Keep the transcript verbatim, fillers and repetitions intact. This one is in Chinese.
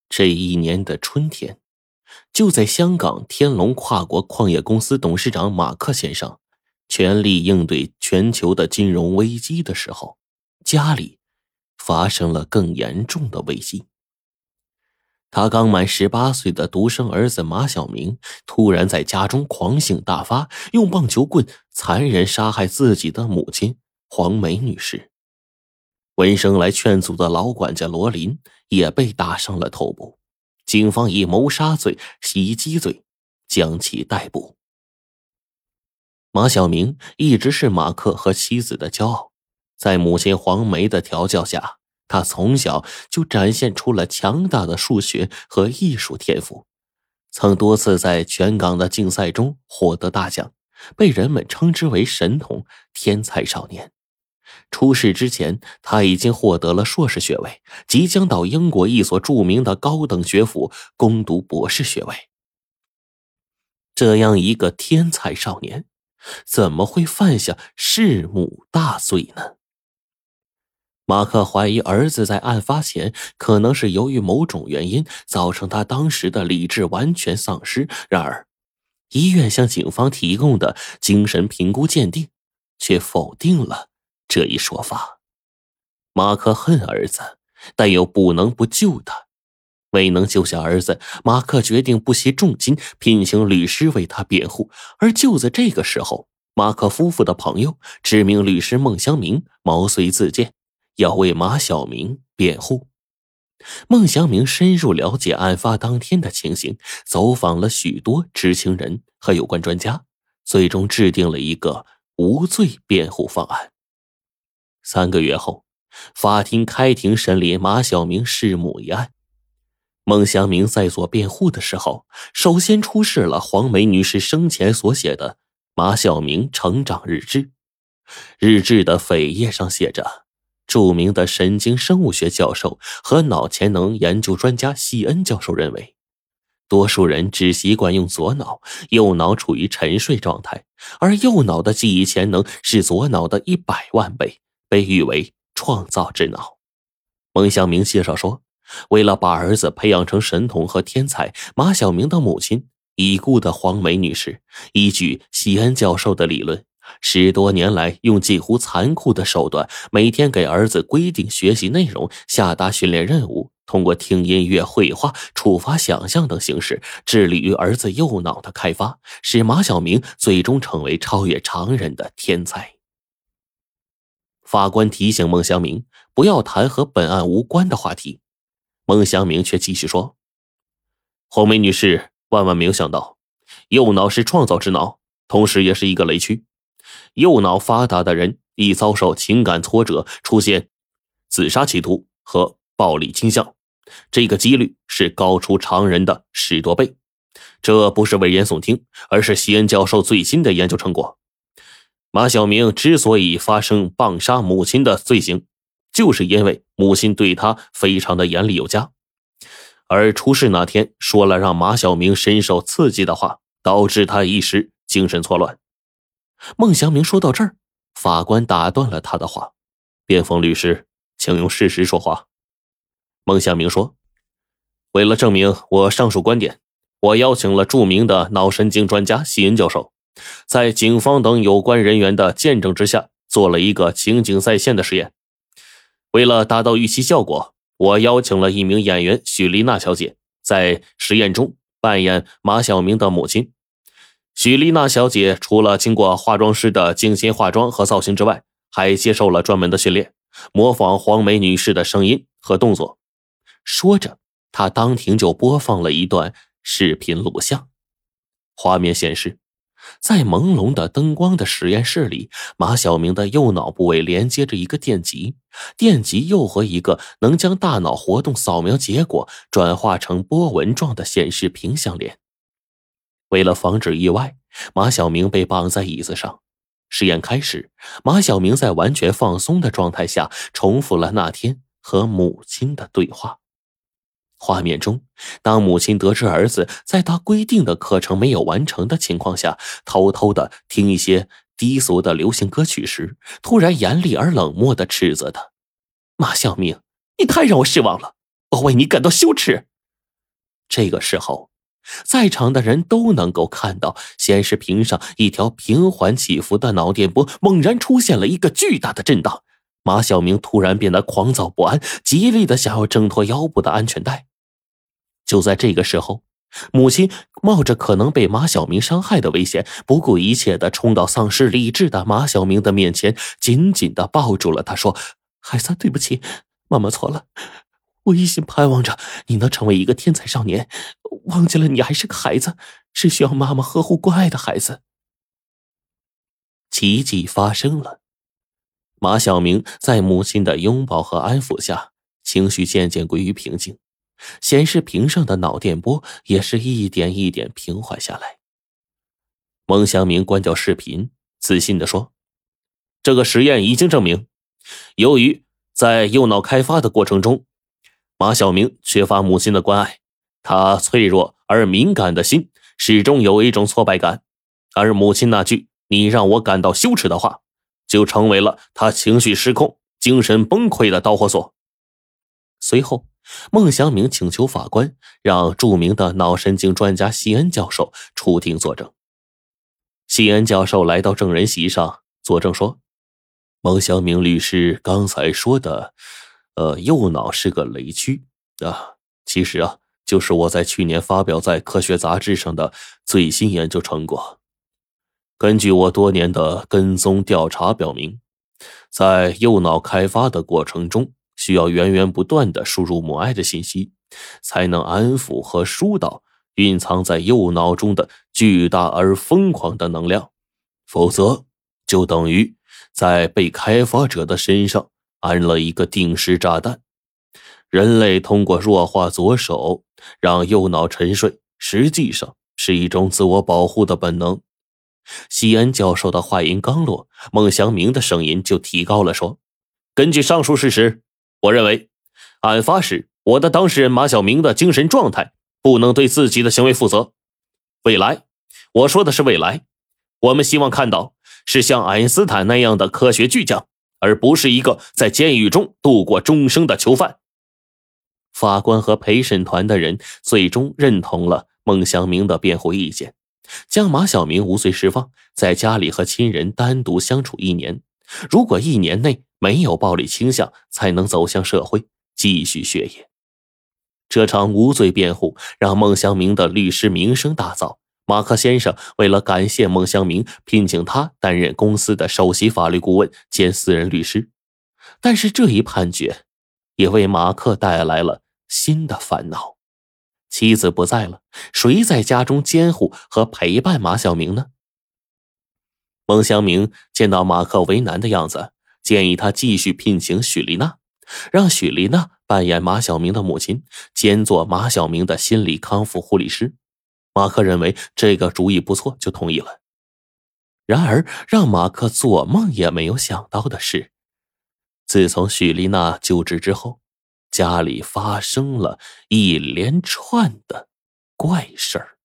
这一年的春天，就在香港天龙跨国矿业公司董事长马克先生全力应对全球的金融危机的时候，家里发生了更严重的危机。他刚满十八岁的独生儿子马晓明突然在家中狂性大发，用棒球棍残忍杀害自己的母亲黄梅女士。闻声来劝阻的老管家罗林也被打伤了头部，警方以谋杀罪、袭击罪将其逮捕。马晓明一直是马克和妻子的骄傲，在母亲黄梅的调教下，他从小就展现出了强大的数学和艺术天赋，曾多次在全港的竞赛中获得大奖，被人们称之为神童、天才少年。出世之前，他已经获得了硕士学位，即将到英国一所著名的高等学府攻读博士学位。这样一个天才少年，怎么会犯下弑母大罪呢？马克怀疑儿子在案发前可能是由于某种原因造成他当时的理智完全丧失，然而医院向警方提供的精神评估鉴定却否定了这一说法。马克恨儿子，但又不能不救他。未能救下儿子，马克决定不惜重金聘请律师为他辩护。而就在这个时候，马克夫妇的朋友知名律师孟祥明毛遂自荐，要为马晓明辩护。孟祥明深入了解案发当天的情形，走访了许多知情人和有关专家，最终制定了一个无罪辩护方案。三个月后，法庭开庭审理马晓明弑母一案。孟祥明在做辩护的时候，首先出示了黄梅女士生前所写的马晓明成长日志。日志的扉页上写着，著名的神经生物学教授和脑潜能研究专家希恩教授认为，多数人只习惯用左脑，右脑处于沉睡状态，而右脑的记忆潜能是左脑的一百万倍，被誉为创造之脑。孟祥明介绍说，为了把儿子培养成神童和天才，马晓明的母亲已故的黄梅女士依据希恩教授的理论，十多年来用近乎残酷的手段，每天给儿子规定学习内容，下达训练任务，通过听音乐、绘画、触发想象等形式，致力于儿子右脑的开发，使马晓明最终成为超越常人的天才。法官提醒孟祥明不要谈和本案无关的话题，孟祥明却继续说，黄梅女士万万没有想到，右脑是创造之脑，同时也是一个雷区。右脑发达的人易遭受情感挫折，出现自杀企图和暴力倾向，这个几率是高出常人的十多倍。这不是危言耸听，而是希恩教授最新的研究成果。马晓明之所以发生棒杀母亲的罪行，就是因为母亲对他非常的严厉有加，而出事那天说了让马晓明深受刺激的话，导致他一时精神错乱。孟祥明说到这儿，法官打断了他的话，辩方律师，请用事实说话。孟祥明说，为了证明我上述观点，我邀请了著名的脑神经专家希恩教授，在警方等有关人员的见证之下，做了一个情景再现的实验。为了达到预期效果，我邀请了一名演员许丽娜小姐，在实验中扮演马晓明的母亲。许丽娜小姐除了经过化妆师的精心化妆和造型之外，还接受了专门的训练，模仿黄梅女士的声音和动作。说着，她当庭就播放了一段视频录像。画面显示，在朦胧的灯光的实验室里，马晓明的右脑部位连接着一个电极，电极又和一个能将大脑活动扫描结果转化成波纹状的显示屏相连。为了防止意外，马晓明被绑在椅子上。实验开始，马晓明在完全放松的状态下重复了那天和母亲的对话。画面中，当母亲得知儿子在他规定的课程没有完成的情况下，偷偷的听一些低俗的流行歌曲时，突然严厉而冷漠的斥责他：马晓明，你太让我失望了，我为你感到羞耻。 这个时候，在场的人都能够看到显示屏上一条平缓起伏的脑电波猛然出现了一个巨大的震荡。马晓明突然变得狂躁不安，极力的想要挣脱腰部的安全带。就在这个时候，母亲冒着可能被马晓明伤害的危险，不顾一切的冲到丧失理智的马晓明的面前，紧紧的抱住了他，说：孩子，对不起，妈妈错了，我一心盼望着你能成为一个天才少年，忘记了你还是个孩子，是需要妈妈呵护关爱的孩子。奇迹发生了，马晓明在母亲的拥抱和安抚下，情绪渐渐归于平静，显示屏上的脑电波也是一点一点平缓下来。孟祥明关掉视频，自信地说：这个实验已经证明，由于在右脑开发的过程中，马晓明缺乏母亲的关爱，他脆弱而敏感的心始终有一种挫败感，而母亲那句你让我感到羞耻的话，就成为了他情绪失控、精神崩溃的导火索。随后，孟祥明请求法官让著名的脑神经专家席恩教授出庭作证。席恩教授来到证人席上作证说，孟祥明律师刚才说的呃，右脑是个雷区啊，其实啊，就是我在去年发表在科学杂志上的最新研究成果。根据我多年的跟踪调查表明，在右脑开发的过程中，需要源源不断的输入母爱的信息，才能安抚和疏导蕴藏在右脑中的巨大而疯狂的能量，否则就等于在被开发者的身上安了一个定时炸弹。人类通过弱化左手让右脑沉睡，实际上是一种自我保护的本能。西恩教授的话音刚落，孟祥明的声音就提高了，说：根据上述事实，我认为案发时我的当事人马晓明的精神状态不能对自己的行为负责。未来，我说的是未来，我们希望看到是像爱因斯坦那样的科学巨匠，而不是一个在监狱中度过终生的囚犯。法官和陪审团的人最终认同了孟祥明的辩护意见，将马晓明无罪释放，在家里和亲人单独相处一年，如果一年内没有暴力倾向，才能走向社会继续学业。这场无罪辩护让孟祥明的律师名声大噪，马克先生为了感谢孟祥明，聘请他担任公司的首席法律顾问兼私人律师。但是这一判决也为马克带来了新的烦恼。妻子不在了，谁在家中监护和陪伴马晓明呢？孟祥明见到马克为难的样子，建议他继续聘请许丽娜，让许丽娜扮演马晓明的母亲，兼做马晓明的心理康复护理师。马克认为这个主意不错，就同意了。然而让马克做梦也没有想到的是，自从许丽娜就职之后，家里发生了一连串的怪事儿。